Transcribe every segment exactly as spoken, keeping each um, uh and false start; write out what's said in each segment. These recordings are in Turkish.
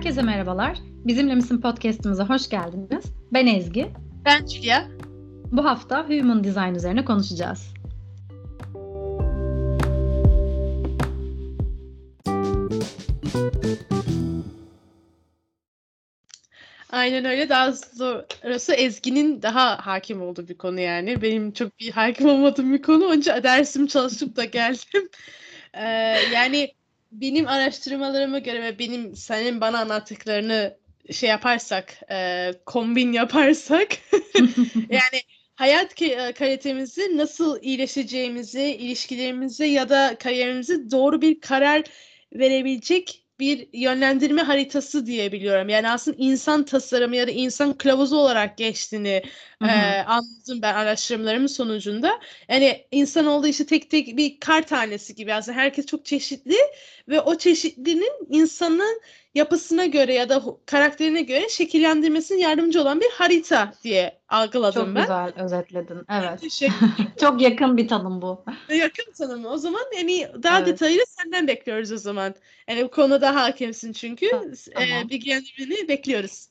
Herkese merhabalar. Bizimle Misin podcast'imize hoş geldiniz. Ben Ezgi. Ben Julia. Bu hafta Human Design üzerine konuşacağız. Aynen öyle. Daha doğrusu Ezgi'nin daha hakim olduğu bir konu yani. Benim çok bir hakim olmadığım bir konu. Onca dersim çalışıp da geldim. Ee, yani benim araştırmalarıma göre ve benim senin bana anlattıklarını şey yaparsak, e, kombin yaparsak yani hayat kalitemizi nasıl iyileşeceğimizi, ilişkilerimizi ya da kariyerimizi doğru bir karar verebilecek bir yönlendirme haritası diyebiliyorum. Yani aslında insan tasarımı ya da insan kılavuzu olarak geçtiğini e, anladım ben araştırmalarımın sonucunda. Yani insan olduğu işte tek tek bir kar tanesi gibi aslında herkes çok çeşitli ve o çeşitliliğinin insanın yapısına göre ya da karakterine göre şekillendirmesine yardımcı olan bir harita diye algıladım Çok ben. güzel özetledin. Evet. Teşekkür Çok yakın bir tanım bu. Yakın tanımı. O zaman yani daha Evet. detaylı senden bekliyoruz o zaman. Yani bu konuda hakimsin çünkü. Tamam. E, bilgilendirmeni bekliyoruz.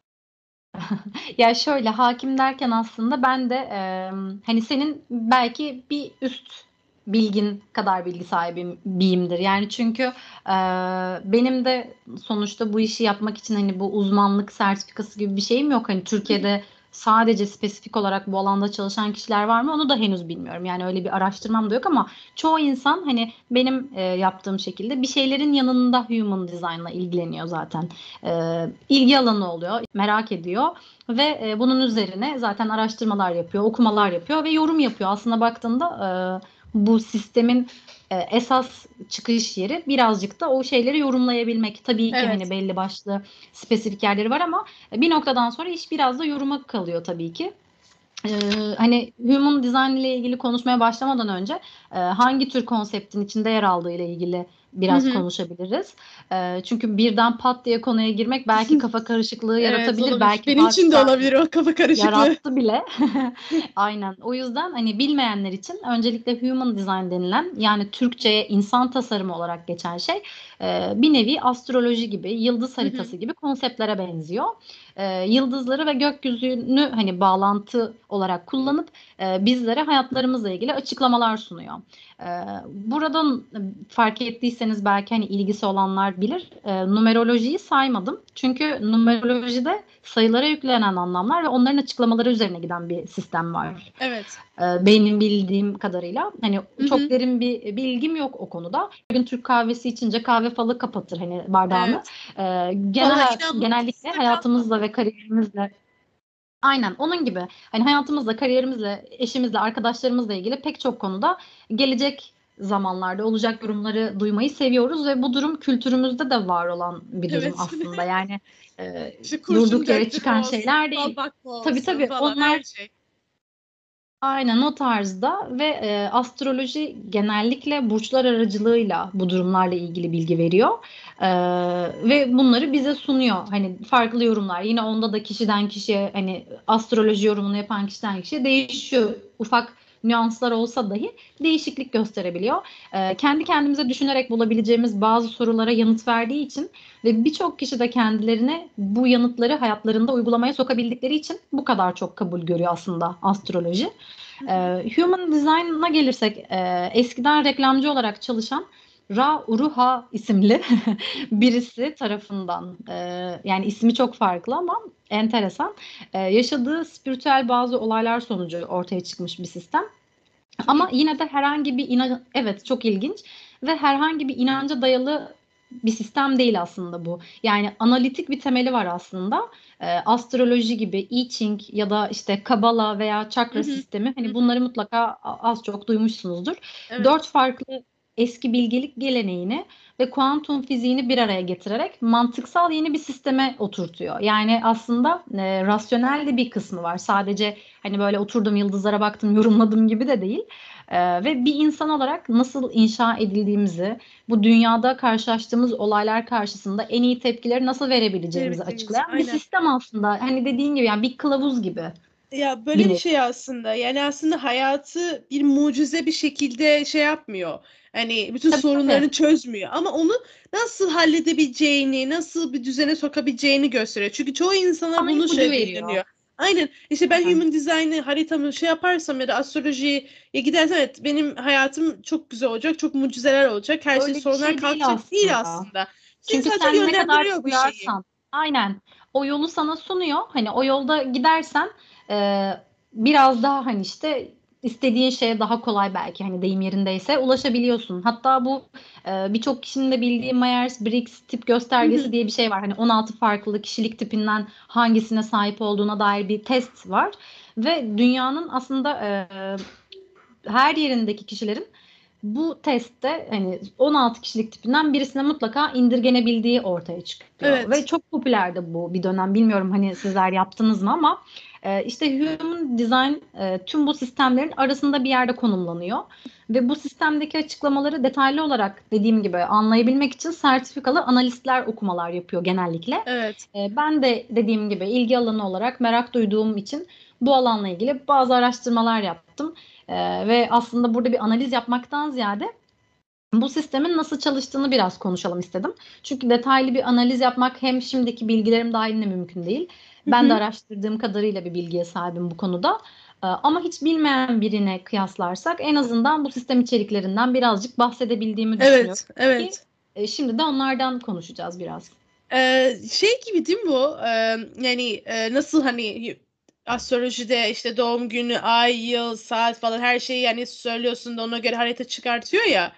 Ya şöyle hakim derken aslında ben de e, hani senin belki bir üst bilgin kadar bilgi sahibiyimdir. Yani çünkü e, benim de sonuçta bu işi yapmak için hani bu uzmanlık sertifikası gibi bir şeyim yok. Hani Türkiye'de sadece spesifik olarak bu alanda çalışan kişiler var mı onu da henüz bilmiyorum. Yani öyle bir araştırmam da yok ama çoğu insan hani benim e, yaptığım şekilde bir şeylerin yanında human design'la ilgileniyor zaten. E, ilgi alanı oluyor, merak ediyor ve e, bunun üzerine zaten araştırmalar yapıyor, okumalar yapıyor ve yorum yapıyor. Aslında baktığında e, bu sistemin e, esas çıkış yeri birazcık da o şeyleri yorumlayabilmek. Tabii ki Evet. hani belli başlı spesifik yerleri var ama bir noktadan sonra iş biraz da yoruma kalıyor tabii ki. Ee, hani human design ile ilgili konuşmaya başlamadan önce e, hangi tür konseptin içinde yer aldığı ile ilgili biraz Hı hı. konuşabiliriz. E, çünkü birden pat diye konuya girmek belki kafa karışıklığı Evet, yaratabilir. olabilir. Belki Benim için de hatta olabilir o kafa karışıklığı. yarattı bile. Aynen. O yüzden hani bilmeyenler için öncelikle human design denilen yani Türkçe'ye insan tasarımı olarak geçen şey e, bir nevi astroloji gibi, yıldız Hı hı. haritası gibi konseptlere benziyor. E, yıldızları ve gökyüzünü hani bağlantı olarak kullanıp e, bizlere hayatlarımızla ilgili açıklamalar sunuyor. E, buradan fark ettiyseniz belki hani ilgisi olanlar bilir. E, numerolojiyi saymadım. Çünkü numerolojide sayılara yüklenen anlamlar ve onların açıklamaları üzerine giden bir sistem var. Evet. E, benim bildiğim kadarıyla hani Hı çok hı. derin bir bilgim yok o konuda. Bir gün Türk kahvesi içince kahve falı kapatır hani bardağını. Evet. E, genel Valla inanmam genellikle da hayatımızla ve kariyerimizle aynen onun gibi. Hani hayatımızla, kariyerimizle, eşimizle, arkadaşlarımızla ilgili pek çok konuda gelecek zamanlarda olacak yorumları duymayı seviyoruz ve bu durum kültürümüzde de var olan bir durum Evet. aslında. Yani e, İşte kurşun durduk yere döktürme çıkan olsun, şeyler fal değil. bakma Tabii olsun tabii falan onlar her şey. aynen o tarzda ve e, astroloji genellikle burçlar aracılığıyla bu durumlarla ilgili bilgi veriyor. E, ve bunları bize sunuyor. Hani farklı yorumlar. Yine onda da kişiden kişiye hani astroloji yorumunu yapan kişiden kişiye değişiyor. Ufak nüanslar olsa dahi değişiklik gösterebiliyor. E, kendi kendimize düşünerek bulabileceğimiz bazı sorulara yanıt verdiği için ve birçok kişi de kendilerine bu yanıtları hayatlarında uygulamaya sokabildikleri için bu kadar çok kabul görüyor aslında astroloji. Hı Ee, hı. Human Design'a gelirsek e, eskiden reklamcı olarak çalışan Ra Uruha isimli birisi tarafından e, yani ismi çok farklı ama enteresan e, yaşadığı spiritüel bazı olaylar sonucu ortaya çıkmış bir sistem. Çok Ama ilginç. yine de herhangi bir inan evet çok ilginç ve herhangi bir inanca dayalı bir sistem değil aslında bu. Yani analitik bir temeli var aslında. Ee, astroloji gibi, I Ching ya da işte Kabala veya Hı çakra hı. sistemi Hı hani hı. bunları mutlaka az çok duymuşsunuzdur. Dört Evet. farklı eski bilgelik geleneğini ve kuantum fiziğini bir araya getirerek mantıksal yeni bir sisteme oturtuyor. Yani aslında e, rasyonel de bir kısmı var. Sadece hani böyle oturdum yıldızlara baktım yorumladım gibi de değil. Ee, ve bir insan olarak nasıl inşa edildiğimizi, bu dünyada karşılaştığımız olaylar karşısında en iyi tepkileri nasıl verebileceğimizi Verebileceğimiz. açıklayan bir Aynen. sistem aslında. Hani dediğin gibi yani bir kılavuz gibi. Ya böyle Bir bir nevi. şey aslında. Yani aslında hayatı bir mucize bir şekilde şey yapmıyor. Hani bütün Tabii tabii. sorunlarını çözmüyor. Ama onu nasıl halledebileceğini, nasıl bir düzene sokabileceğini gösteriyor. Çünkü çoğu insana Sana bunu ipucu şey veriyor. deniyor. Aynen. İşte ben Aynen. human design'ı haritamı şey yaparsam ya da astrolojiye gidersem evet benim hayatım çok güzel olacak. Çok mucizeler olacak. Her şey Öyle bir sorunlar şey değil kalkacak değil aslında. aslında. Seni Çünkü sadece sen ne kadar yönlendiriyor bir şeyi. uyarsan, aynen o yolu sana sunuyor. Hani o yolda gidersen e, biraz daha hani işte istediğin şeye daha kolay belki hani deyim yerindeyse ulaşabiliyorsun. Hatta bu e, birçok kişinin de bildiği Myers-Briggs tip Hı hı. göstergesi diye bir şey var. Hani on altı farklı kişilik tipinden hangisine sahip olduğuna dair bir test var. Ve dünyanın aslında e, her yerindeki kişilerin bu testte hani on altı kişilik tipinden birisine mutlaka indirgenebildiği ortaya çıkıyor. Ve Evet. çok popülerdi bu bir dönem. Bilmiyorum hani sizler yaptınız mı ama e, işte Human Design e, tüm bu sistemlerin arasında bir yerde konumlanıyor. Ve bu sistemdeki açıklamaları detaylı olarak dediğim gibi anlayabilmek için sertifikalı analistler okumalar yapıyor genellikle. Evet. E, ben de dediğim gibi ilgi alanı olarak merak duyduğum için bu alanla ilgili bazı araştırmalar yaptım. Ee, ve aslında burada bir analiz yapmaktan ziyade bu sistemin nasıl çalıştığını biraz konuşalım istedim. Çünkü detaylı bir analiz yapmak hem şimdiki bilgilerim dahilinde mümkün değil. Hı Ben de hı. araştırdığım kadarıyla bir bilgiye sahibim bu konuda. Ee, ama hiç bilmeyen birine kıyaslarsak en azından bu sistem içeriklerinden birazcık bahsedebildiğimi düşünüyorum. Evet. Ki Evet. e, şimdi de onlardan konuşacağız biraz. Ee, şey gibi değil mi bu? Ee, yani e, nasıl hani astrolojide işte doğum günü, ay, yıl, saat falan her şeyi yani söylüyorsun da ona göre harita çıkartıyor ya.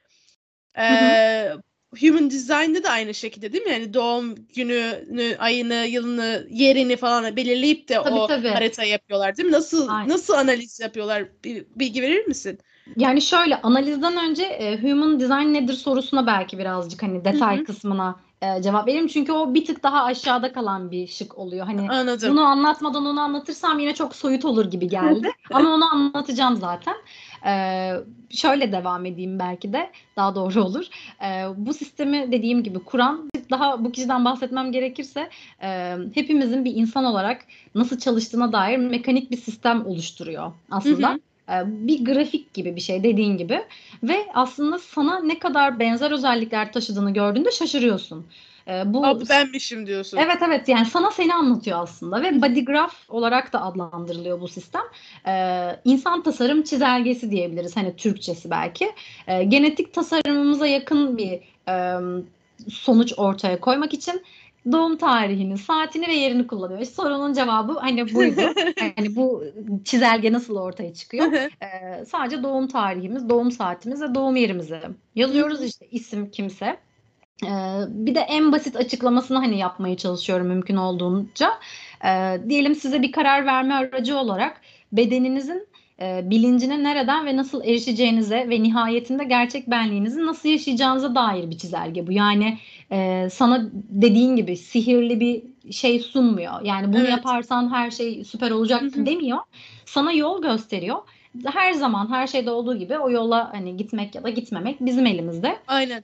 Hı hı. Ee, Human Design'da da aynı şekilde değil mi? Yani doğum gününü, ayını, yılını, yerini falan belirleyip de Tabii o tabii. haritayı yapıyorlar değil mi? Nasıl Aynen. nasıl analiz yapıyorlar? Bir bilgi verir misin? Yani şöyle analizden önce e, human design nedir sorusuna belki birazcık hani Hı detay hı. kısmına e, cevap vereyim. Çünkü o bir tık daha aşağıda kalan bir şık oluyor. Hani Anladım. bunu anlatmadan onu anlatırsam yine çok soyut olur gibi geldi. Ama onu anlatacağım zaten. E, şöyle devam edeyim belki de daha doğru olur. E, bu sistemi dediğim gibi kuran daha bu kişiden bahsetmem gerekirse e, hepimizin bir insan olarak nasıl çalıştığına dair mekanik bir sistem oluşturuyor Hı aslında. hı. Bir grafik gibi bir şey dediğin gibi ve aslında sana ne kadar benzer özellikler taşıdığını gördüğünde şaşırıyorsun. Ee, Aa, bu bu benmişim diyorsun. evet evet yani sana seni anlatıyor aslında Hı ve hı. body graph olarak da adlandırılıyor bu sistem. Ee, insan tasarım çizelgesi diyebiliriz hani Türkçesi belki. Ee, genetik tasarımımıza yakın bir e, sonuç ortaya koymak için doğum tarihini, saatini ve yerini kullanıyor. İşte sorunun cevabı hani buydu. Hani bu çizelge nasıl ortaya çıkıyor? Ee, sadece doğum tarihimiz, doğum saatimiz ve doğum yerimizi Hı yazıyoruz hı. işte isim kimse. Ee, bir de en basit açıklamasını hani yapmaya çalışıyorum mümkün olduğunca. Ee, diyelim size bir karar verme aracı olarak bedeninizin e, bilincine nereden ve nasıl erişeceğinize ve nihayetinde gerçek benliğinizi nasıl yaşayacağınıza dair bir çizelge bu. Yani e, sana dediğin gibi sihirli bir şey sunmuyor. Yani bunu Evet. yaparsan her şey süper Hı olacak hı. demiyor. Sana yol gösteriyor. Her zaman her şeyde olduğu gibi o yola hani gitmek ya da gitmemek bizim elimizde. Aynen.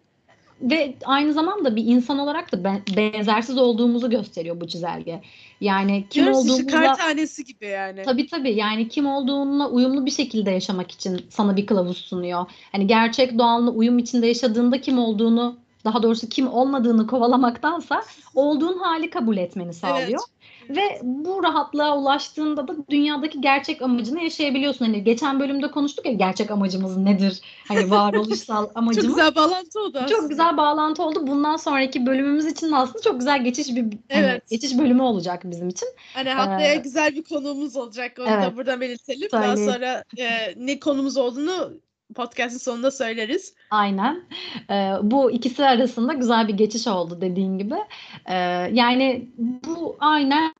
Ve aynı zamanda bir insan olarak da ben, benzersiz olduğumuzu gösteriyor bu çizelge. Yani kim Diyoruz işte kar olduğumuzla tanesi gibi yani. tabii tabii yani kim olduğunla uyumlu bir şekilde yaşamak için sana bir kılavuz sunuyor. Hani gerçek doğanla uyum içinde yaşadığında kim olduğunu daha doğrusu kim olmadığını kovalamaktansa olduğun hali kabul etmeni sağlıyor. Evet. Ve Evet. bu rahatlığa ulaştığında da dünyadaki gerçek amacını yaşayabiliyorsun. Hani geçen bölümde konuştuk ya gerçek amacımız nedir? Hani varoluşsal Çok amacımız. güzel bağlantı oldu Çok aslında. güzel bağlantı oldu. Bundan sonraki bölümümüz için de aslında çok güzel geçiş bir hani Evet. geçiş bölümü olacak bizim için. Hani Ee, haftaya güzel bir konuğumuz olacak. Onu evet, da buradan belirtelim. Daha söyleyelim. sonra e, ne konumuz olduğunu podcast'ın sonunda söyleriz. Aynen. Ee, bu ikisi arasında güzel bir geçiş oldu dediğin gibi. Ee, yani bu aynen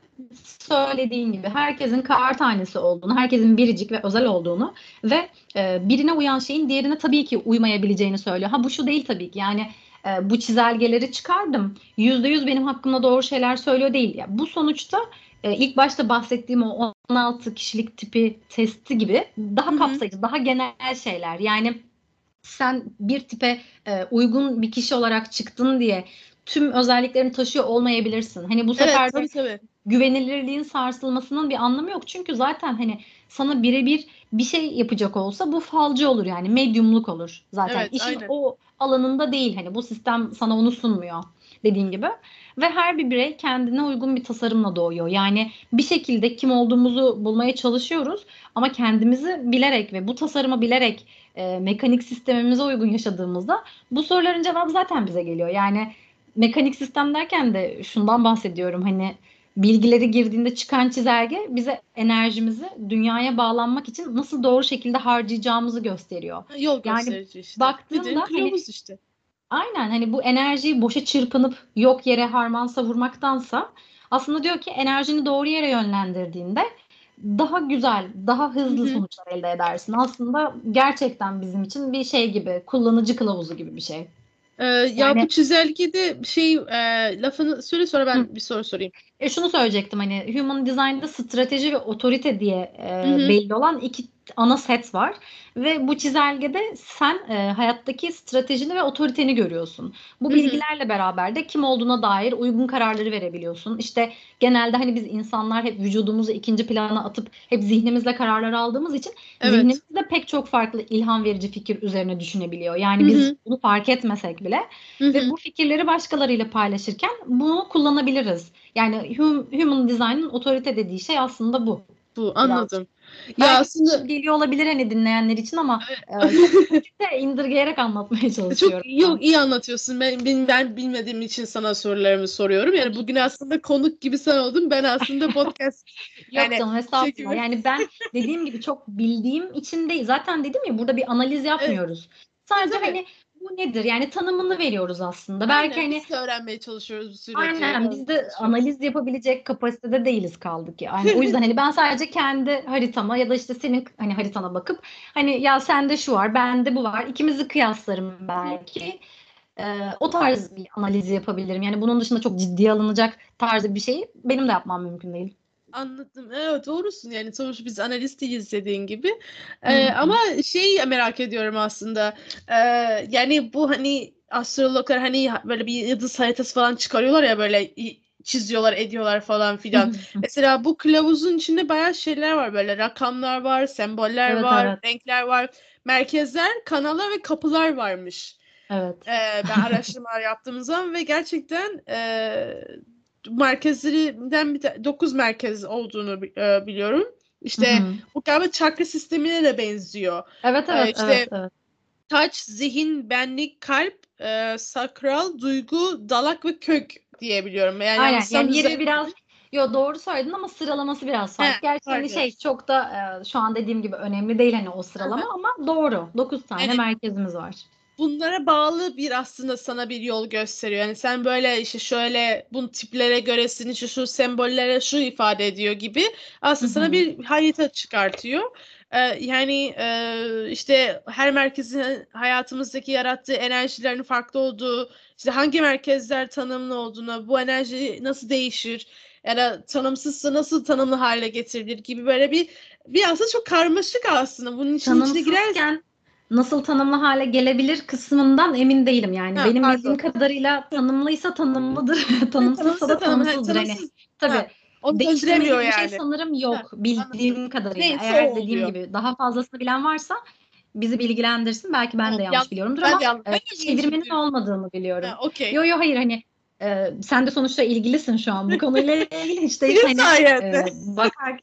söylediğin gibi herkesin kar tanesi olduğunu, herkesin biricik ve özel olduğunu ve e, birine uyan şeyin diğerine tabii ki uymayabileceğini söylüyor. Ha bu şu değil tabii ki yani e, bu çizelgeleri çıkardım. Yüzde yüz benim hakkımda doğru şeyler söylüyor değil. Ya, bu sonuçta e, ilk başta bahsettiğim o on altı kişilik tipi testi gibi Hı daha hı. kapsayıcı, daha genel şeyler. Yani sen bir tipe e, uygun bir kişi olarak çıktın diye tüm özelliklerini taşıyor olmayabilirsin. Hani bu Evet, sefer de tabii tabii. güvenilirliğin sarsılmasının bir anlamı yok. Çünkü zaten hani sana birebir bir şey yapacak olsa bu falcı olur, yani medyumluk olur zaten. Evet, İşin aynen. o alanında değil, hani bu sistem sana onu sunmuyor dediğim gibi. Ve her bir birey kendine uygun bir tasarımla doğuyor. Yani bir şekilde kim olduğumuzu bulmaya çalışıyoruz ama kendimizi bilerek ve bu tasarımı bilerek e, mekanik sistemimize uygun yaşadığımızda bu soruların cevabı zaten bize geliyor. Yani mekanik sistem derken de şundan bahsediyorum, hani bilgileri girdiğinde çıkan çizelge bize enerjimizi dünyaya bağlanmak için nasıl doğru şekilde harcayacağımızı gösteriyor. Yol Yani gösterici işte. Bildiğin baktığında hani kılavuz işte. aynen, hani bu enerjiyi boşa çırpınıp yok yere harman savurmaktansa aslında diyor ki enerjini doğru yere yönlendirdiğinde daha güzel, daha Hı hızlı hı. sonuçlar elde edersin. Aslında gerçekten bizim için bir şey gibi, kullanıcı kılavuzu gibi bir şey. Ee, ya bu Yani çizelgede şey e, lafını söyle, sonra hı. ben bir soru sorayım. E şunu söyleyecektim, hani Human Design'da strateji ve otorite diye Hı e, hı. belli olan iki ana set var ve bu çizelgede sen e, hayattaki stratejini ve otoriteni görüyorsun. Bu Hı hı. bilgilerle beraber de kim olduğuna dair uygun kararları verebiliyorsun. İşte genelde hani biz insanlar hep vücudumuzu ikinci plana atıp hep zihnimizle kararlar aldığımız için Evet. zihnimizde pek çok farklı ilham verici fikir üzerine düşünebiliyor. Hı Yani biz hı. bunu fark etmesek bile Hı ve hı. bu fikirleri başkalarıyla paylaşırken bunu kullanabiliriz. Yani Human Design'ın otorite dediği şey aslında bu Bu, birazcık. anladım. Ya Belki aslında karışık geliyor olabilir hani dinleyenler için ama e, çok basite indirgeyerek anlatmaya çok çalışıyorum yok, ben. iyi anlatıyorsun. Ben, ben ben bilmediğim için sana sorularımı soruyorum. Yani Çok bugün iyi. aslında konuk gibi sen oldun. Ben aslında podcast Yok yani canım, estağfurullah. çekimi. Yani ben dediğim gibi çok bildiğim için değil. Zaten dedim ya, burada bir analiz Evet, yapmıyoruz. tabii Sadece tabii. hani bu nedir? Yani tanımını veriyoruz aslında. Belki Aynen, hani biz de öğrenmeye çalışıyoruz bu süreci. aynen, biz Öğrenmeye de çalışıyoruz. analiz yapabilecek kapasitede değiliz kaldık yani. O yüzden hani ben sadece kendi haritama ya da işte senin hani haritana bakıp hani ya sende şu var, bende bu var. İkimizi kıyaslarım belki. Ee, o tarz bir analiz yapabilirim. Yani bunun dışında çok ciddiye alınacak tarzı bir şeyi benim de yapmam mümkün değil. Anladım. Evet, doğrusun, yani sonuçta biz analist değiliz dediğin gibi. Hı Ee, ama hı. şey merak ediyorum aslında. Ee, yani bu hani astrologlar hani böyle bir yıldız haritası falan çıkarıyorlar ya, böyle i- çiziyorlar ediyorlar falan Hı filan. hı. Mesela bu kılavuzun içinde bayağı şeyler var, böyle rakamlar var, semboller Evet, var, evet. renkler var, merkezler, kanallar ve kapılar varmış. Evet. Ee, ben araştırmalar yaptığım zaman ve gerçekten e, merkezlerinden bir dokuz merkez olduğunu bi- e, biliyorum. Hı İşte hı. bu galiba çakra sistemine de benziyor. Evet, Ee, evet, evet, işte evet. taç, zihin, benlik, kalp, e, sakral, duygu, dalak ve kök diye biliyorum. Yani Aynen. yanlışsam Yani yeri düzelt. biraz, yo doğru söyledin ama sıralaması biraz He, farklı. Gerçi hani pardon. şey çok da e, şu an dediğim gibi önemli değil hani o Aha. sıralama, ama doğru. Dokuz tane Yani merkezimiz var. bunlara bağlı bir aslında sana bir yol gösteriyor. Yani sen böyle işte şöyle bu tiplere göresin, işte şu sembollere şu ifade ediyor gibi Hı aslında sana hı. bir harita çıkartıyor. Ee, yani e, işte her merkezin hayatımızdaki yarattığı enerjilerin farklı olduğu, işte hangi merkezler tanımlı olduğunu, bu enerji nasıl değişir ya da tanımsızsa nasıl tanımlı hale getirilir gibi, böyle bir bir aslında çok karmaşık aslında. Bunun için içine girer. Tanımsızken nasıl tanımlı hale gelebilir kısmından emin değilim. Yani Ha, benim bildiğim pardon. kadarıyla tanımlıysa tanımlıdır, Ha, tanımsızsa tanımsızsa da tanım, ha, tanımsızdır. Hani tanımsız. tabii Ha, onu değiştirme döndüremiyor gibi bir şey yani. sanırım Ha, yok anladım. bildiğim kadarıyla. Neyse o Eğer dediğim oluyor. gibi daha fazlasını bilen varsa bizi bilgilendirsin. Belki ben Tamam. de Yan, yanlış biliyorumdur ben de ama yanlış. e, Ben de çevirmenin bilmişimdir. olmadığını biliyorum. Ha, okey. Yo yo, hayır, hani e, sen de sonuçta ilgilisin şu an bu konuyla ilgili, hiç değilse Senin hani e, sayende. bakar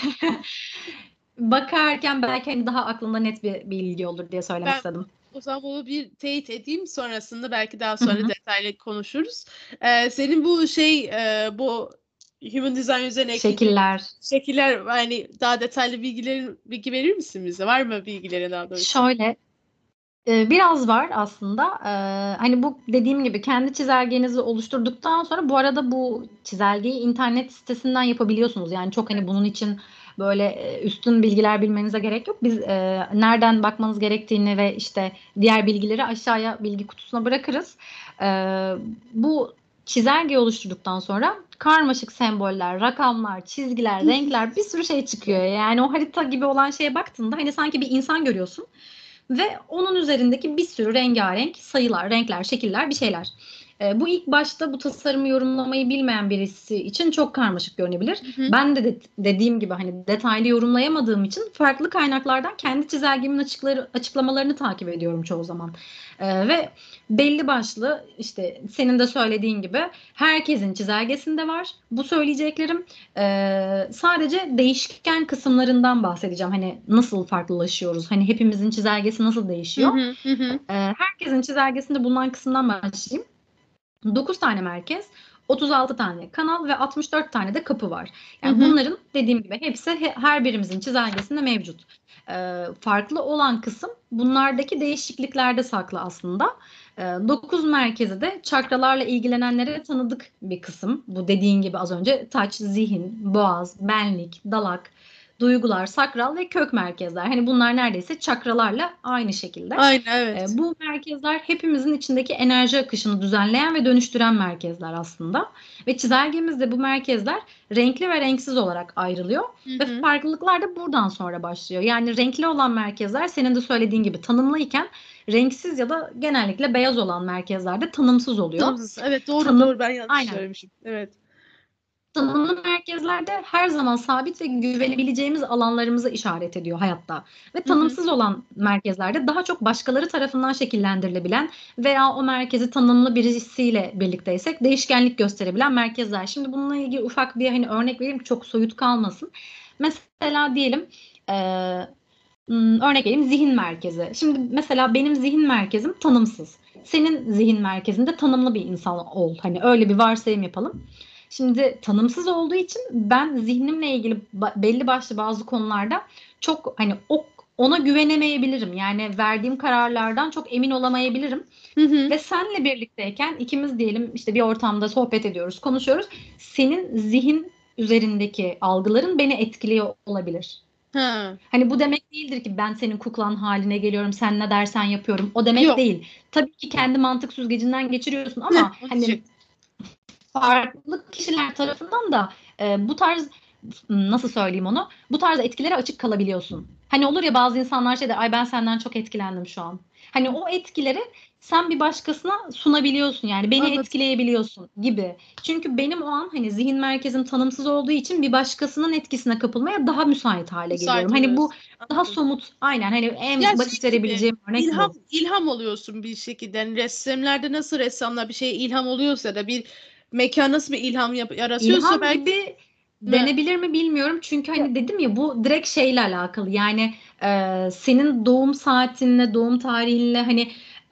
bakarken belki hani daha aklında net bir bilgi olur diye söylemek Ben istedim. o zaman bunu bir teyit edeyim. Sonrasında belki daha Hı sonra hı. detaylı konuşuruz. Ee, senin bu şey e, bu Human Design üzerine eklediğin Şekiller. şekiller, yani daha detaylı bilgilerin bilgi verir misin bize? Var mı bilgilerin daha doğrusu? Şöyle e, biraz var aslında. E, hani bu dediğim gibi kendi çizelgenizi oluşturduktan sonra, bu arada bu çizelgeyi internet sitesinden yapabiliyorsunuz. Yani çok hani bunun için böyle e, üstün bilgiler bilmenize gerek yok. Biz e, nereden bakmanız gerektiğini ve işte diğer bilgileri aşağıya bilgi kutusuna bırakırız. E, bu çizelgeyi oluşturduktan sonra karmaşık semboller, rakamlar, çizgiler, renkler, bir sürü şey çıkıyor. Yani o harita gibi olan şeye baktığında hani sanki bir insan görüyorsun ve onun üzerindeki bir sürü rengarenk sayılar, renkler, şekiller, bir şeyler. E, bu ilk başta bu tasarımı yorumlamayı bilmeyen birisi için çok karmaşık görünebilir. Hı hı. Ben de, de dediğim gibi hani detaylı yorumlayamadığım için farklı kaynaklardan kendi çizelgemin açıkları, açıklamalarını takip ediyorum çoğu zaman. E, ve belli başlı işte senin de söylediğin gibi herkesin çizelgesinde var. Bu söyleyeceklerim e, sadece değişken kısımlarından bahsedeceğim. Hani nasıl farklılaşıyoruz? Hani hepimizin çizelgesi nasıl Hı değişiyor? hı. Hı hı. E, herkesin çizelgesinde bulunan kısımdan başlayayım. dokuz tane merkez, otuz altı tane kanal ve altmış dört tane de kapı var. Hı Yani hı. bunların dediğim gibi hepsi he- her birimizin çizelgesinde mevcut. Ee, farklı olan kısım bunlardaki değişikliklerde saklı aslında. Ee, dokuz merkezi de çakralarla ilgilenenlere tanıdık bir kısım. Bu dediğin gibi az önce taç, zihin, boğaz, benlik, dalak, duygular, sakral ve kök merkezler. Hani bunlar neredeyse çakralarla aynı şekilde. Aynen, E, evet. bu merkezler hepimizin içindeki enerji akışını düzenleyen ve dönüştüren merkezler aslında. Ve çizelgemizde bu merkezler renkli ve renksiz olarak ayrılıyor. Hı Ve hı. farklılıklar da buradan sonra başlıyor. Yani renkli olan merkezler senin de söylediğin gibi tanımlıyken renksiz ya da genellikle beyaz olan merkezler de tanımsız oluyor. Tanımsız. Evet, doğru, Tanım, doğru. Ben yanlış aynen. söylemişim. Evet. Tanımlı merkezlerde her zaman sabit ve güvenebileceğimiz alanlarımızı işaret ediyor hayatta. Ve Hı hı. tanımsız olan merkezlerde daha çok başkaları tarafından şekillendirilebilen veya o merkezi tanımlı birisiyle birlikteysek değişkenlik gösterebilen merkezler. Şimdi bununla ilgili ufak bir hani örnek vereyim ki çok soyut kalmasın. Mesela diyelim eee, hmm, örnek vereyim zihin merkezi. Şimdi mesela benim zihin merkezim tanımsız. Senin zihin merkezinde tanımlı bir insan ol. Hani öyle bir varsayım yapalım. Şimdi tanımsız olduğu için ben zihnimle ilgili belli başlı bazı konularda çok hani o ona güvenemeyebilirim. Yani verdiğim kararlardan çok emin olamayabilirim. Hı hı. Ve senle birlikteyken ikimiz diyelim işte bir ortamda sohbet ediyoruz, konuşuyoruz. Senin zihin üzerindeki algıların beni etkiliyor olabilir. Ha. Hani bu demek değildir ki ben senin kuklan haline geliyorum, sen ne dersen yapıyorum. O demek Yok. değil. Tabii ki kendi mantık süzgecinden geçiriyorsun Heh, ama onu hani diyecektim. farklı kişiler tarafından da e, bu tarz nasıl söyleyeyim onu? Bu tarz etkilere açık kalabiliyorsun. Hani olur ya bazı insanlar şey der, ay ben senden çok etkilendim şu an. Hani o etkileri sen bir başkasına sunabiliyorsun yani beni Anladım. etkileyebiliyorsun gibi. Çünkü benim o an hani zihin merkezim tanımsız olduğu için bir başkasının etkisine kapılmaya daha müsait hale geliyorum. Müsait Hani bu oluyorsun. daha Anladım. somut aynen hani Ya en basit şey gibi verebileceğim örnek ilham bu. ilham oluyorsun bir şekilde. Hani resimlerde nasıl ressamlar bir şeye ilham oluyorsa da bir mekan nasıl bir ilham yap yaratıyorsa İlham belki gibi mi? denebilir mi bilmiyorum. Çünkü Ya, hani dedim ya bu direkt şeyle alakalı. Yani e, senin doğum saatinle, doğum tarihinle hani e,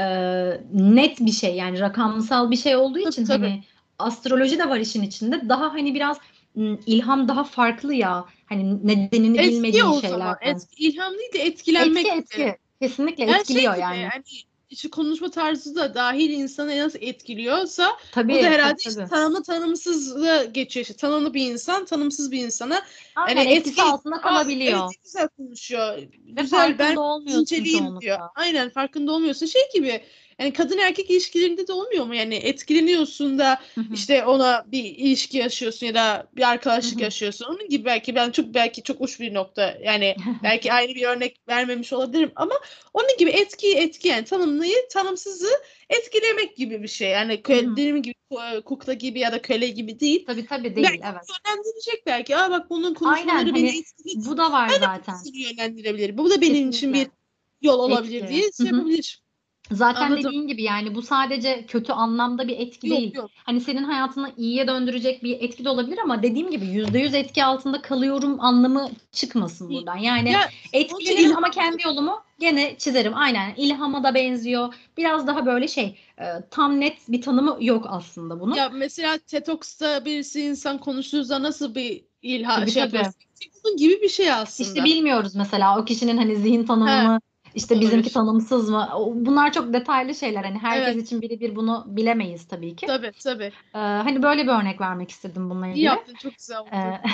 net bir şey yani rakamsal bir şey olduğu tabii için tabii. hani astroloji de var işin içinde. Daha hani biraz m, ilham daha farklı ya. Hani nedenini Etki bilmediğin o zaman. şeylerden. Etki, ilham değil de Etki etkilenmek gibi. etki. Kesinlikle Yani şey etkiliyor gibi yani. hani işte konuşma tarzı da dahil insanı nasıl etkiliyorsa o da Tabii tabii herhalde işte tabii. tanımlı tanımsızlığa geçiyor. İşte tanımlı bir insan tanımsız bir insana hani Aynen etkisi etki altında Aa, evet kalabiliyor. ne güzel konuşuyor. Ve Güzel ben farkında olmuyorsun inceleyeyim diyor. çoğunlukla. Aynen farkında olmuyorsun. Şey gibi yani kadın erkek ilişkilerinde de olmuyor mu? Yani etkileniyorsun da Hı hı, işte ona bir ilişki yaşıyorsun ya da bir hı arkadaşlık hı. yaşıyorsun. Onun gibi belki ben çok belki çok uç bir nokta yani belki aynı bir örnek vermemiş olabilirim ama onun gibi etkiyi etkileyen tanımlayı tanımsızı etkilemek gibi bir şey. Yani Hı kö hı. dediğim gibi ku kukla gibi ya da köle gibi değil. Tabii tabii değil, Belki evet. onu yönlendirecek belki. A, bak bunun Aynen konuşmaları beni hani etkiledi. bu da var Ben de zaten. bunu yönlendirebilir. Bu da benim için bir Kesinlikle. yol olabilir Etki. diye Hı şey hı. yapabilir. Zaten Anladım. dediğin gibi yani bu sadece kötü anlamda bir etki Yok, değil. yok. Hani senin hayatını iyiye döndürecek bir etki de olabilir ama dediğim gibi yüzde yüz etki altında kalıyorum anlamı çıkmasın Değil. buradan. Yani Ya sonuçta etkilenirim ama ilham kendi yolumu gene çizerim. Aynen ilhama da benziyor. Biraz daha böyle şey e, tam net bir tanımı yok aslında bunun. ya mesela TED Talks'ta birisi insan konuştuğunda nasıl bir ilha Tabii şey tabii. gösterecek? Bunun gibi bir şey İşte aslında. bilmiyoruz mesela o kişinin hani zihin tanımı He, mı, o da işte bizimki olabilir. tanımsız mı? O- Bunlar çok detaylı şeyler. Hani herkes Evet. için birebir bunu bilemeyiz tabii ki. Tabii, tabii. Ee, hani böyle bir örnek vermek istedim bununla İyi ilgili. yaptın. Çok güzel oldu. Ee,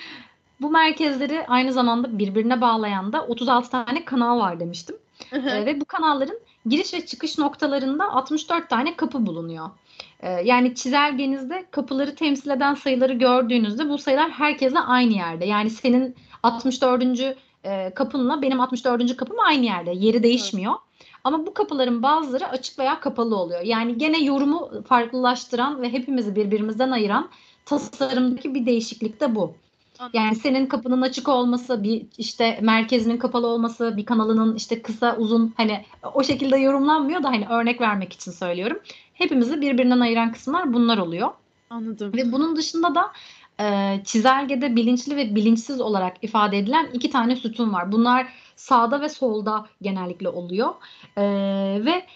bu merkezleri aynı zamanda birbirine bağlayan da otuz altı tane kanal var demiştim. Hı hı. Ee, ve bu kanalların giriş ve çıkış noktalarında altmış dört tane kapı bulunuyor. Ee, yani çizelgenizde kapıları temsil eden sayıları gördüğünüzde bu sayılar herkese aynı yerde. Yani senin altmış dördüncü e, kapınla benim altmış dördüncü kapım aynı yerde. Yeri Hı. değişmiyor. Ama bu kapıların bazıları açık veya kapalı oluyor. Yani gene yorumu farklılaştıran ve hepimizi birbirimizden ayıran tasarımdaki bir değişiklik de bu. Anladım. Yani senin kapının açık olması, bir işte merkezinin kapalı olması, bir kanalının işte kısa, uzun, hani o şekilde yorumlanmıyor da hani örnek vermek için söylüyorum. Hepimizi birbirinden ayıran kısımlar bunlar oluyor. Anladım. Ve bunun dışında da e, çizelgede bilinçli ve bilinçsiz olarak ifade edilen iki tane sütun var. Bunlar sağda ve solda genellikle oluyor. E, ve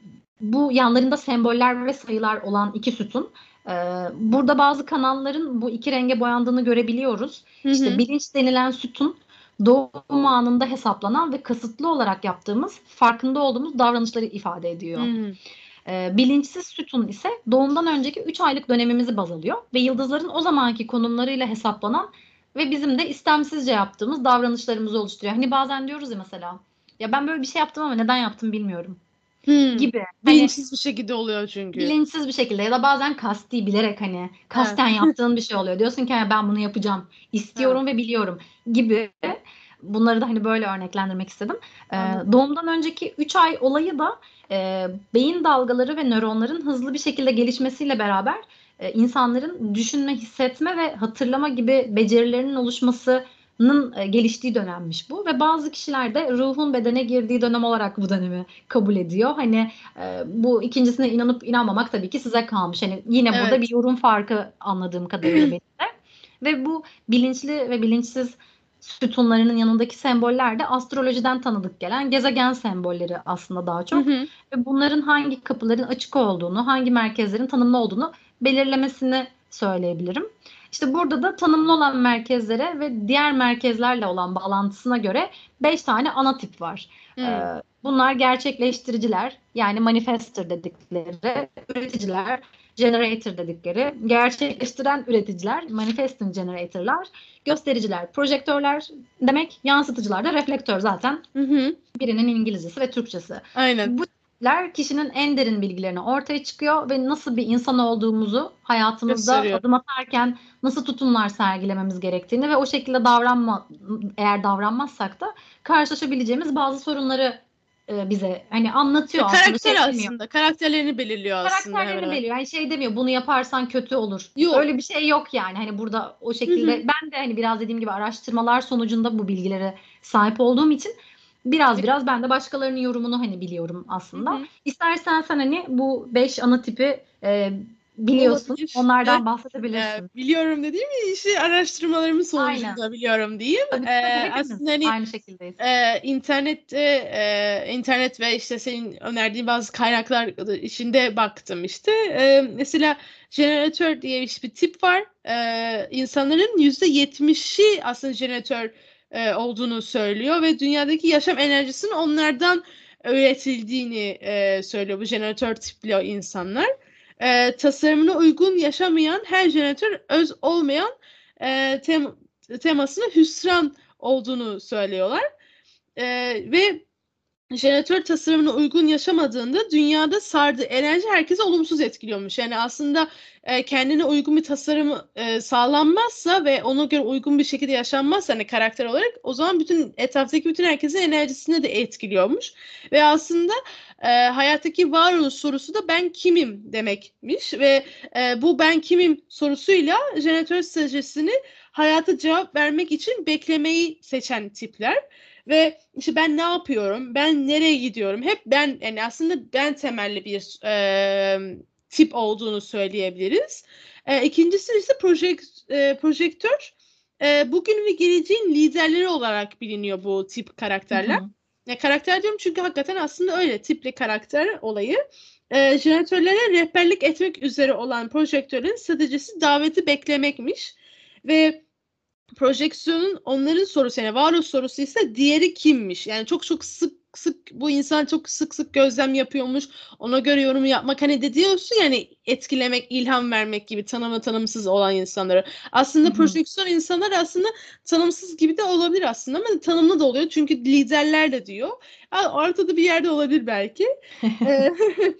bu yanlarında semboller ve sayılar olan iki sütun. E, burada bazı kanalların bu iki renge boyandığını görebiliyoruz. Hı İşte hı. bilinç denilen sütun doğum anında hesaplanan ve kasıtlı olarak yaptığımız, farkında olduğumuz davranışları ifade ediyor. Hı. E, bilinçsiz sütun ise doğumdan önceki üç aylık dönemimizi baz alıyor ve yıldızların o zamanki konumlarıyla hesaplanan ve bizim de istemsizce yaptığımız davranışlarımızı oluşturuyor. Hani bazen diyoruz ya mesela, ya ben böyle bir şey yaptım ama neden yaptım bilmiyorum Hı. gibi. Hani Bilinçsiz bir şekilde oluyor çünkü. bilinçsiz bir şekilde ya da bazen kasti, bilerek, hani kasten Evet. yaptığın bir şey oluyor. Diyorsun ki ben bunu yapacağım, istiyorum ve biliyorum gibi. Bunları da hani böyle örneklendirmek istedim. Ee, Anladım. doğumdan önceki üç ay olayı da e, beyin dalgaları ve nöronların hızlı bir şekilde gelişmesiyle beraber e, insanların düşünme, hissetme ve hatırlama gibi becerilerinin oluşmasının e, geliştiği dönemmiş bu. Ve bazı kişiler de ruhun bedene girdiği dönem olarak bu dönemi kabul ediyor. Hani e, bu ikincisine inanıp inanmamak tabii ki size kalmış. Hani yine burada bir Evet. yorum farkı anladığım kadarıyla benim de. Ve bu bilinçli ve bilinçsiz sütunlarının yanındaki semboller de astrolojiden tanıdık gelen gezegen sembolleri aslında daha Hı çok. hı. Ve bunların hangi kapıların açık olduğunu, hangi merkezlerin tanımlı olduğunu belirlemesini söyleyebilirim. İşte burada da tanımlı olan merkezlere ve diğer merkezlerle olan bağlantısına göre beş tane ana tip var. Ee, Hı. bunlar gerçekleştiriciler, yani manifestor dedikleri, üreticiler, generator dedikleri, gerçekleştiren üreticiler, manifesting generator'lar, göstericiler, projektörler demek, yansıtıcılar da reflektör zaten. Hı hı. Birinin İngilizcesi ve Türkçesi. Aynen. Bu tipler kişinin en derin bilgilerini ortaya çıkıyor ve nasıl bir insan olduğumuzu hayatımızda Gösteriyor. adım atarken nasıl tutumlar sergilememiz gerektiğini ve o şekilde davranma, eğer davranmazsak da karşılaşabileceğimiz bazı sorunları e, bize hani anlatıyor Ya aslında, karakter şey demiyor. aslında. Karakterlerini belirliyor aslında hemen Karakterlerini hemen. belirliyor. Yani şey demiyor, bunu yaparsan kötü olur. Yok. Öyle bir şey yok yani. Hani burada o Hı şekilde hı. ben de hani biraz dediğim gibi araştırmalar sonucunda bu bilgilere sahip olduğum için biraz biraz ben de başkalarının yorumunu hani biliyorum Hı aslında. hı. İstersen sen hani bu beş ana tipi e, biliyorsun. Olabilir. Evet. Onlardan Eee, bahsedebilirsin. biliyorum dediğim işte araştırmalarımın Aynen. sonucunda biliyorum diyeyim. Tabii tabii, Eee, hepimiz aslında hani aynı şekildeyiz. eee, internette eee, internet ve işte senin önerdiğin bazı kaynaklar içinde baktım işte. Eee, mesela jeneratör diye bir tip var. Eee, insanların yüzde yetmişi aslında jeneratör eee, olduğunu söylüyor ve dünyadaki yaşam enerjisinin onlardan üretildiğini eee, söylüyor bu jeneratör tipli insanlar. Eee, tasarımına uygun yaşamayan her jeneratör öz olmayan eee, tem temasına hüsran olduğunu söylüyorlar. Eee, ve jeneratör tasarımına uygun yaşamadığında dünyada sardığı enerji herkese olumsuz etkiliyormuş. Yani aslında, eee, kendine uygun bir tasarımı, eee, sağlanmazsa ve ona göre uygun bir şekilde yaşanmazsa, hani, karakter olarak o zaman bütün etraftaki bütün herkesin enerjisini de etkiliyormuş ve aslında, eee, hayattaki varoluş sorusu da "Ben kimim?" demekmiş ve, eee, bu "Ben kimim?" sorusuyla jeneratör stratejisini hayata cevap vermek için beklemeyi seçen tipler ve, işte, "Ben ne yapıyorum? Ben nereye gidiyorum?" Hep ben, yani, aslında ben temelli bir, emm, tip olduğunu söyleyebiliriz. Eee, ikincisi ise projek eee, projektör. Eee, bugün ve geleceğin liderleri olarak biliniyor bu tip Hı karakterler. hı. Ya, karakter diyorum çünkü hakikaten aslında öyle, tipli karakter olayı. Eee, jeneratörlere rehberlik etmek üzere olan projektörün stratejisi daveti beklemekmiş ve projeksiyonun onların sorusu, yani varoluş sorusu ise diğeri kimmiş? Yani çok çok sık sık bu insan çok sık sık gözlem yapıyormuş, ona göre yorum yapmak, hani, de diyorsun ya, hani, etkilemek, ilham vermek gibi tanımlı tanımsız olan insanları. Hı Aslında hı. projeksiyon insanlar aslında tanımsız gibi de olabilir aslında ama tanımlı da oluyor çünkü liderler de diyor. Ha, ortada bir yerde olabilir belki. Eee,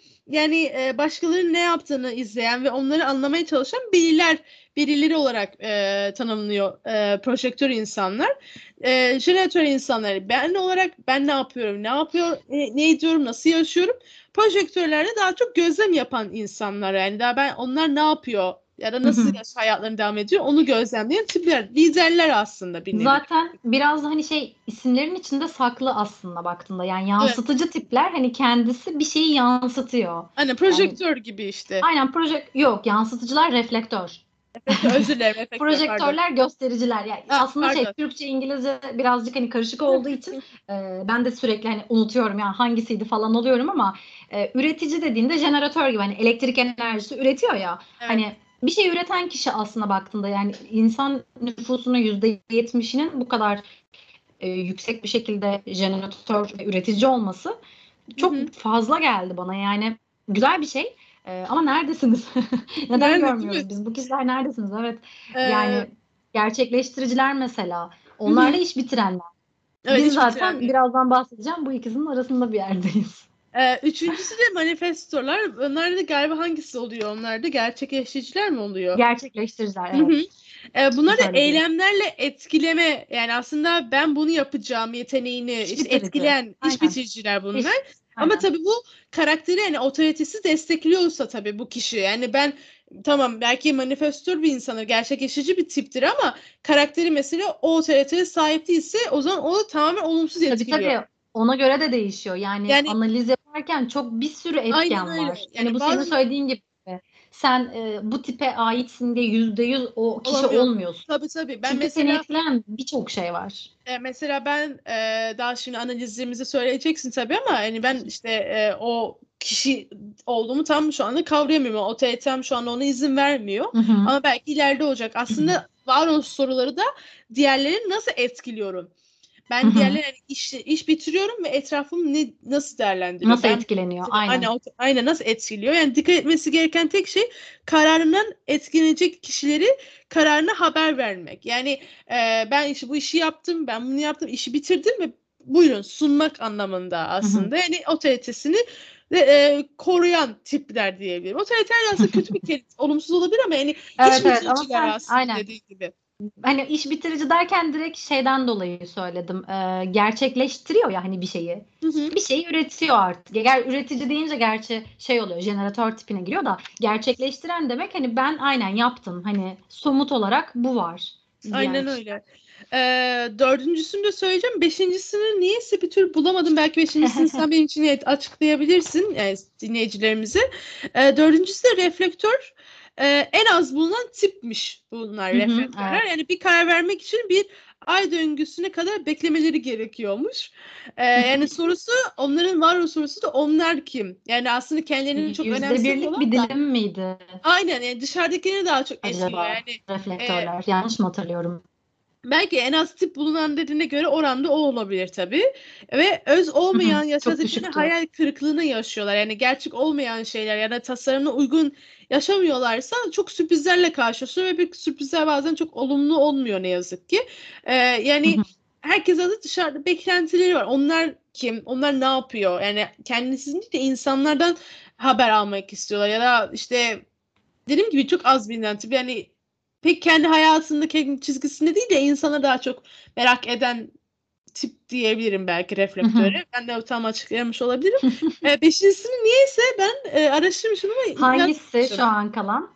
yani, eee, başkalarının ne yaptığını izleyen ve onları anlamaya çalışan biriler birileri olarak, eee, tanımlıyor, eee, projektör insanlar. Eee, jeneratör insanları ben olarak ben ne yapıyorum, ne yapıyor, eee, ne ediyorum, nasıl yaşıyorum? Projektörler de daha çok gözlem yapan insanlar. Yani daha ben onlar ne yapıyor ya da Hı nasıl hı. yaş hayatlarını devam ediyor onu gözlemleyen tipler. Liderler aslında bir nevi. Zaten biraz da, hani, şey, isimlerin içinde saklı aslında baktığında. Yani Evet. yansıtıcı tipler, hani, kendisi bir şeyi yansıtıyor. Aynen, Yani projektör gibi işte. Aynen projek yok, yansıtıcılar reflektör. Reflektör, özür dilerim, reflektör, pardon. Projektörler göstericiler. Ya, A, aslında şey, pardon. Türkçe, İngilizce birazcık, hani, karışık olduğu için, eee, ben de sürekli, hani, unutuyorum ya hangisiydi falan oluyorum ama, eee, üretici dediğinde jeneratör gibi, hani, elektrik enerjisi üretiyor ya, Evet. hani, bir şey üreten kişi aslında baktığında, yani insan nüfusunun yüzde yetmişinin bu kadar, eee, yüksek bir şekilde jeneratör ve üretici olması Hı çok hı. fazla geldi bana. Yani güzel bir şey, eee, ama neredesiniz? Neden Nerede, değil mi? görmüyoruz biz? Bu kişiler neredesiniz? Evet, Eee yani gerçekleştiriciler mesela, Hı onlar da hı. iş bitirenler. Evet, Biz iş zaten bitirenler. birazdan bahsedeceğim, bu ikisinin arasında bir yerdeyiz. Eee, üçüncüsü de manifestorlar. Onlar da galiba hangisi oluyor onlar da? Gerçekleştiriciler mi oluyor? Gerçekleştiriciler, Hı hı. evet. Eee, bunlar da Şöyle diyeyim. eylemlerle etkileme, yani aslında ben bunu yapacağım yeteneğini, İş işte, bitirici. etkileyen iş Aynen. bitiriciler bunlar. İş. Ama Aynen. tabii bu karakteri, hani, otoritesi destekliyorsa tabii bu kişi, yani ben tamam belki manifestör bir insandır, gerçekleştirici bir tiptir ama karakteri mesela o otoriteye sahip değilse o zaman o tamamen olumsuz Tabii, etkiliyor. tabii. Ona göre de değişiyor. Yani Yani analiz yaparken çok bir sürü Aynen etken öyle. var. Hani Yani bu senin bazı söylediğin gibi sen, eee, bu tipe aitsin diye yüzde yüz o kişi Olamıyorsun. olmuyorsun. Tabii, tabii. Ben Çünkü seni mesela etkileyen birçok şey var. Eee, mesela ben, eee, daha şimdi analizlerimizi söyleyeceksin tabii ama, hani, ben, işte, eee, o kişi olduğumu tam şu anda kavrayamıyorum. O otoritem şu anda ona izin vermiyor Hı hı. ama belki ileride olacak. Aslında varoluş soruları da diğerlerini nasıl etkiliyorum? Hı Ben hı. diğerlerine, hani, iş iş bitiriyorum ve etrafım ne nasıl değerlendiriyor? Nasıl Ben etkileniyor? mesela aynen Aynen. ot aynen nasıl etkiliyor? Yani dikkat etmesi gereken tek şey kararından etkilenecek kişileri kararına haber vermek. Yani, eee, ben işte bu işi yaptım, ben bunu yaptım, işi bitirdim ve buyurun sunmak anlamında Hı hı. aslında. Yani otoritesini ve, eee, koruyan tipler diyebilirim. Otoriter de aslında kötü bir kelime, olumsuz olabilir ama yani iş Evet, evet ama bitiriciler sen aslında aynen. dediğin gibi. Hani iş bitirici derken direkt şeyden dolayı söyledim. Eee, gerçekleştiriyor ya hani bir şeyi. Hı hı. Bir şeyi üretiyor artık. Ger üretici deyince gerçi şey oluyor, jeneratör tipine giriyor da gerçekleştiren demek hani ben aynen yaptım. Hani somut olarak bu var diyen Aynen kişiler. öyle. Eee, dördüncüsünü de söyleyeceğim. Beşincisini niyeyse bir türlü bulamadım. Belki beşincisini sen benim için evet açıklayabilirsin, eee, dinleyicilerimize. Eee, dördüncüsü de reflektör. Eee, en az bulunan tipmiş bunlar Hı hı, reflektörler. evet. Yani bir karar vermek için bir ay döngüsüne kadar beklemeleri gerekiyormuş. Eee, yani sorusu onların varoluş sorusu da onlar kim? Yani aslında kendilerini çok yüzde birlik önemsemiyorlar bir da dilim miydi aynen, yani dışarıdakileri daha çok etkiliyor. acaba Yani, eee reflektörler? Yanlış mı hatırlıyorum? Belki en az tip bulunan dediğine göre oranda o olabilir tabii ve öz Hı hı, olmayan çok yaşadıkları düşüktü. hayal kırıklığını yaşıyorlar. Yani gerçek olmayan şeyler ya da tasarımına uygun yaşamıyorlarsa çok sürprizlerle karşılaşıyor ve bir sürprizler bazen çok olumlu olmuyor ne yazık ki. Eee, Hı yani hı. herkes adı dışarıda beklentileri var. Onlar kim? Onlar ne yapıyor? Yani kendisi değil de insanlardan haber almak istiyorlar ya da işte dediğim gibi çok az bilinen tip. Yani pek kendi hayatında kendi çizgisinde değil de insanı daha çok merak eden tip diyebilirim belki Hı hı. reflektöre. Ben de tam açıklayamamış olabilirim. Eee, beşincisini niyeyse ben, eee, araştırmışım ama Hangisi yazmamışım. şu an kalan?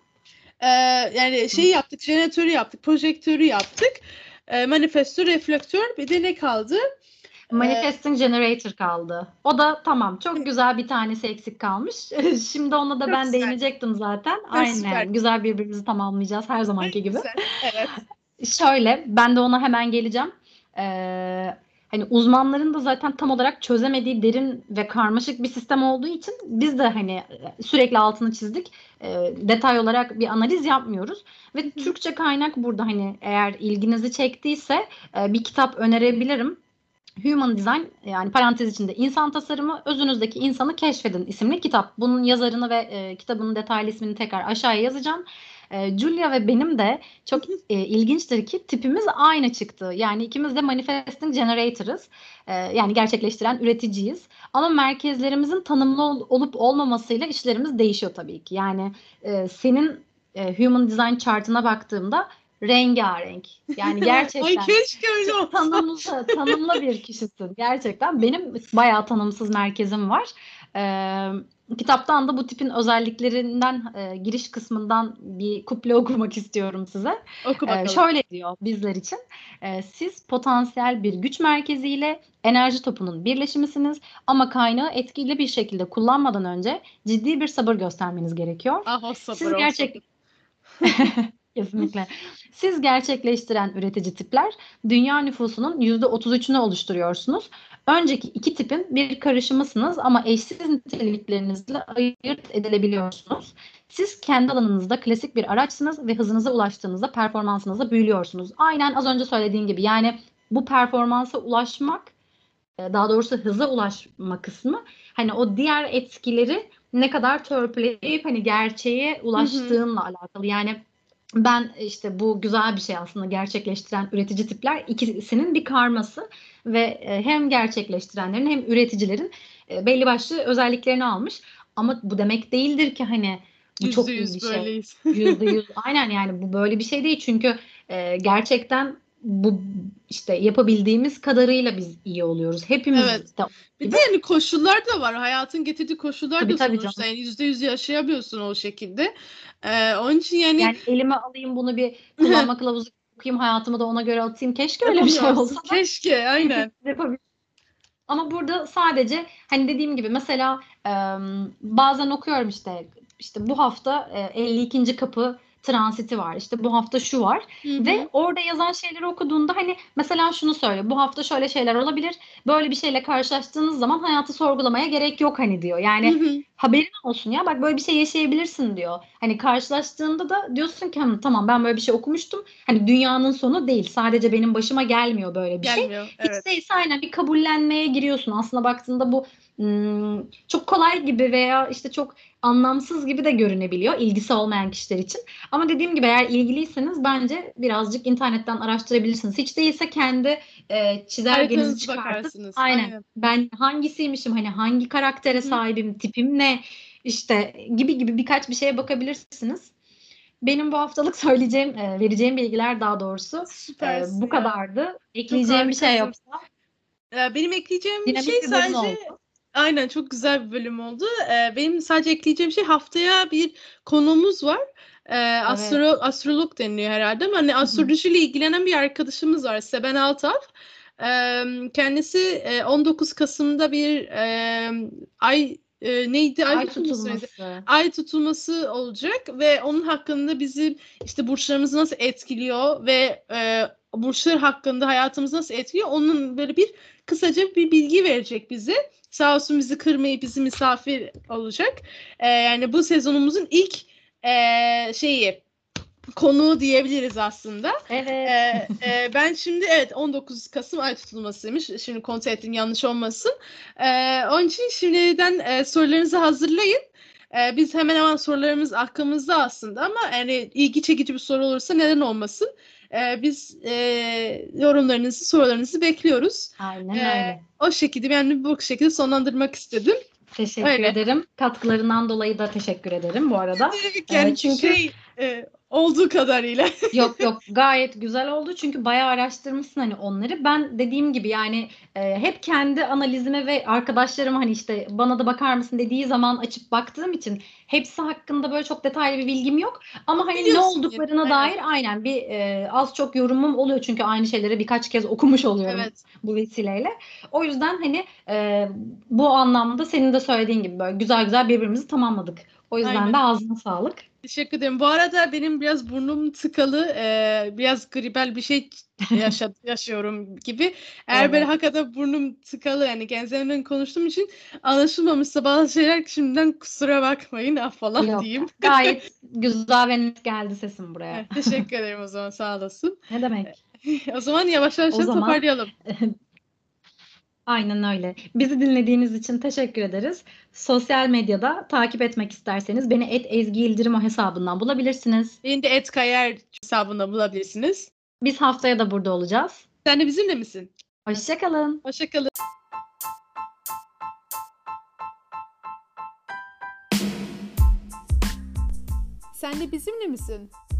Eee, yani şeyi yaptık, jeneratörü yaptık, projektörü yaptık. Eee, manifestör, reflektör bir de ne kaldı? Eee Manifesting Generator kaldı. O da tamam, çok güzel bir tanesi eksik kalmış. Şimdi ona da Çok ben güzel. değinecektim zaten. Heh, süper. Aynen, güzel birbirimizi tamamlayacağız her zamanki gibi. Güzel. Evet. Şöyle, ben de ona hemen geleceğim. Eee, hani uzmanların da zaten tam olarak çözemediği derin ve karmaşık bir sistem olduğu için biz de hani sürekli altını çizdik. Eee, detay olarak bir analiz yapmıyoruz Hı ve hı. Türkçe kaynak burada hani eğer ilginizi çektiyse e, bir kitap önerebilirim. Human Design yani parantez içinde insan tasarımı özünüzdeki insanı keşfedin isimli kitap. Bunun yazarını ve e, kitabının detaylı ismini tekrar aşağıya yazacağım. Eee, Julia ve benim de çok e, ilginçtir ki tipimiz aynı çıktı. Yani ikimiz de manifesting generator'ız. Eee, yani gerçekleştiren üreticiyiz. Ama merkezlerimizin tanımlı ol- olup olmamasıyla işlerimiz değişiyor tabii ki. Yani e, senin e, Human Design chart'ına baktığımda rengarenk. Yani Ay gerçekten keşke öyle çok olsa. tanımlı, tanımlı bir kişisin. Gerçekten. Benim bayağı tanımsız merkezim var. Ee, kitaptan da bu tipin özelliklerinden e, giriş kısmından bir kuple okumak istiyorum size. Oku Ee, bakalım. şöyle diyor bizler için. Ee, siz potansiyel bir güç merkeziyle enerji topunun birleşimisiniz ama kaynağı etkili bir şekilde kullanmadan önce ciddi bir sabır göstermeniz gerekiyor. Ah o sabır Siz o sabır. gerçek Kesinlikle. Siz gerçekleştiren üretici tipler dünya nüfusunun yüzde otuz üçünü oluşturuyorsunuz. Önceki iki tipin bir karışımısınız ama eşsiz niteliklerinizle ayırt edilebiliyorsunuz. Siz kendi alanınızda klasik bir araçsınız ve hızınıza ulaştığınızda performansınızda büyülüyorsunuz. Aynen az önce söylediğin gibi yani bu performansa ulaşmak, e, daha doğrusu hıza ulaşma kısmı hani o diğer etkileri ne kadar törpüleyip hani gerçeğe Hı hı. ulaştığınla alakalı. Yani ben işte bu güzel bir şey aslında gerçekleştiren üretici tipler ikisinin bir karması ve e, hem gerçekleştirenlerin hem üreticilerin e, belli başlı özelliklerini almış. Ama bu demek değildir ki hani bu Yüzde çok iyi bir yüz şey. böyleyiz. Yüzde yüz aynen yani bu böyle bir şey değil çünkü e, gerçekten bu işte yapabildiğimiz kadarıyla biz iyi oluyoruz. Evet. Hepimiz de Bir de gibi. yani koşullar da var. Hayatın getirdiği koşullar Tabii da tabii sonuçta canım. yani yüzde yüz yaşayamıyorsun o şekilde. Ee, onun için yani Yani elime alayım bunu bir kullanma kılavuzu okuyayım hayatımı da ona göre atayım. Keşke öyle bir şey yapamıyorsun. olsa da Keşke hepimiz aynen. yapabiliriz. Ama burada sadece hani dediğim gibi mesela e, bazen okuyorum işte işte bu hafta e, elli ikinci kapı transiti var. İşte bu hafta şu var Hı ve hı. orada yazan şeyleri okuduğunda hani mesela şunu söyle. Bu hafta şöyle şeyler olabilir. Böyle bir şeyle karşılaştığınız zaman hayatı sorgulamaya gerek yok hani diyor. Hı Yani hı. haberin olsun ya bak böyle bir şey yaşayabilirsin diyor. Hani karşılaştığında da diyorsun ki "Hı, tamam ben böyle bir şey okumuştum. Hani dünyanın sonu değil. Sadece benim başıma gelmiyor böyle bir şey. Gelmiyor. Hiç Evet. değilse aynen bir kabullenmeye giriyorsun. Aslında baktığında bu ım, çok kolay gibi veya işte çok anlamsız gibi de görünebiliyor ilgisi olmayan kişiler için. Ama dediğim gibi eğer ilgiliyseniz bence birazcık internetten araştırabilirsiniz. Hiç değilse kendi e, çizelgenizi Haritanızı çıkartıp bakarsınız. aynen Aynen. ben hangisiymişim hani hangi Hı karaktere hı. sahibim tipim ne işte gibi gibi birkaç bir şeye bakabilirsiniz. Benim bu haftalık söyleyeceğim, e, vereceğim bilgiler daha doğrusu e, Süpersin bu ya. kadardı. Çok Ekleyeceğim bir şey harikasın. yoksa Ee, benim ekleyeceğim bir şey dinamik bir bölüm sadece oldu. aynen çok güzel bir bölüm oldu. Ee, benim sadece ekleyeceğim şey haftaya bir konuğumuz var. Ee, Evet. astro, astrolog deniliyor herhalde ama hani Hı hı. astrolojiyle ilgilenen bir arkadaşımız var. Seben Altav. Ee, kendisi e, on dokuz Kasım'da bir e, ay e, neydi? Ay Ay tutulması neydi? tutulması. Ay tutulması olacak ve onun hakkında bizim işte burçlarımızı nasıl etkiliyor ve e, burçlar hakkında hayatımızı nasıl etkiliyor? Onun böyle bir kısaca bir bilgi verecek bize. Sağ olsun bizi kırmayıp bizi misafir olacak. Ee, yani bu sezonumuzun ilk e, şeyi konuğu diyebiliriz aslında. Ee, Evet. e, ben şimdi evet on dokuz Kasım ay tutulmasıymış. Şimdi kontrol ettim yanlış olmasın. Ee, onun için şimdiden e, sorularınızı hazırlayın. Ee, biz hemen hemen sorularımız aklımızda aslında ama yani ilgi çekici bir soru olursa neden olmasın? Ee, biz e, yorumlarınızı, sorularınızı bekliyoruz. Aynen Ee, öyle. o şekilde ben bu şekilde sonlandırmak istedim. Teşekkür Öyle. ederim. Katkılarından dolayı da teşekkür ederim bu arada. E, Yani çünkü şey e, olduğu kadarıyla. yok yok gayet güzel oldu çünkü bayağı araştırmışsın hani onları. Ben dediğim gibi yani e, hep kendi analizime ve arkadaşlarıma hani işte bana da bakar mısın dediği zaman açıp baktığım için hepsi hakkında böyle çok detaylı bir bilgim yok. Ama hani ne Biliyorsun yine. olduklarına Aynen. dair aynen bir e, az çok yorumum oluyor çünkü aynı şeyleri birkaç kez okumuş oluyorum Evet. bu vesileyle. O yüzden hani e, bu anlamda senin de söylediğin gibi böyle güzel güzel birbirimizi tamamladık. O yüzden de Aynen. ağzına sağlık. Teşekkür ederim. Bu arada benim biraz burnum tıkalı. E, biraz gribel bir şey yaşa yaşıyorum gibi. Eğer böyle Evet. hakikaten burnum tıkalı yani genzemden konuştuğum için anlaşılmamışsa bazı şeyler şimdiden kusura bakmayın affola Yok. diyeyim. Gayet güzel ve net geldi sesim buraya. Evet, teşekkür ederim o zaman sağ olasın. Ne demek? O zaman yavaş O yavaş zaman toparlayalım. Aynen öyle. Bizi dinlediğiniz için teşekkür ederiz. Sosyal medyada takip etmek isterseniz beni et Ezgi Yıldırım o hesabından bulabilirsiniz. Beni de et Kayer hesabında bulabilirsiniz. Biz haftaya da burada olacağız. Sen de bizimle misin? Hoşça kalın. Hoşça kalın. Sen de bizimle misin?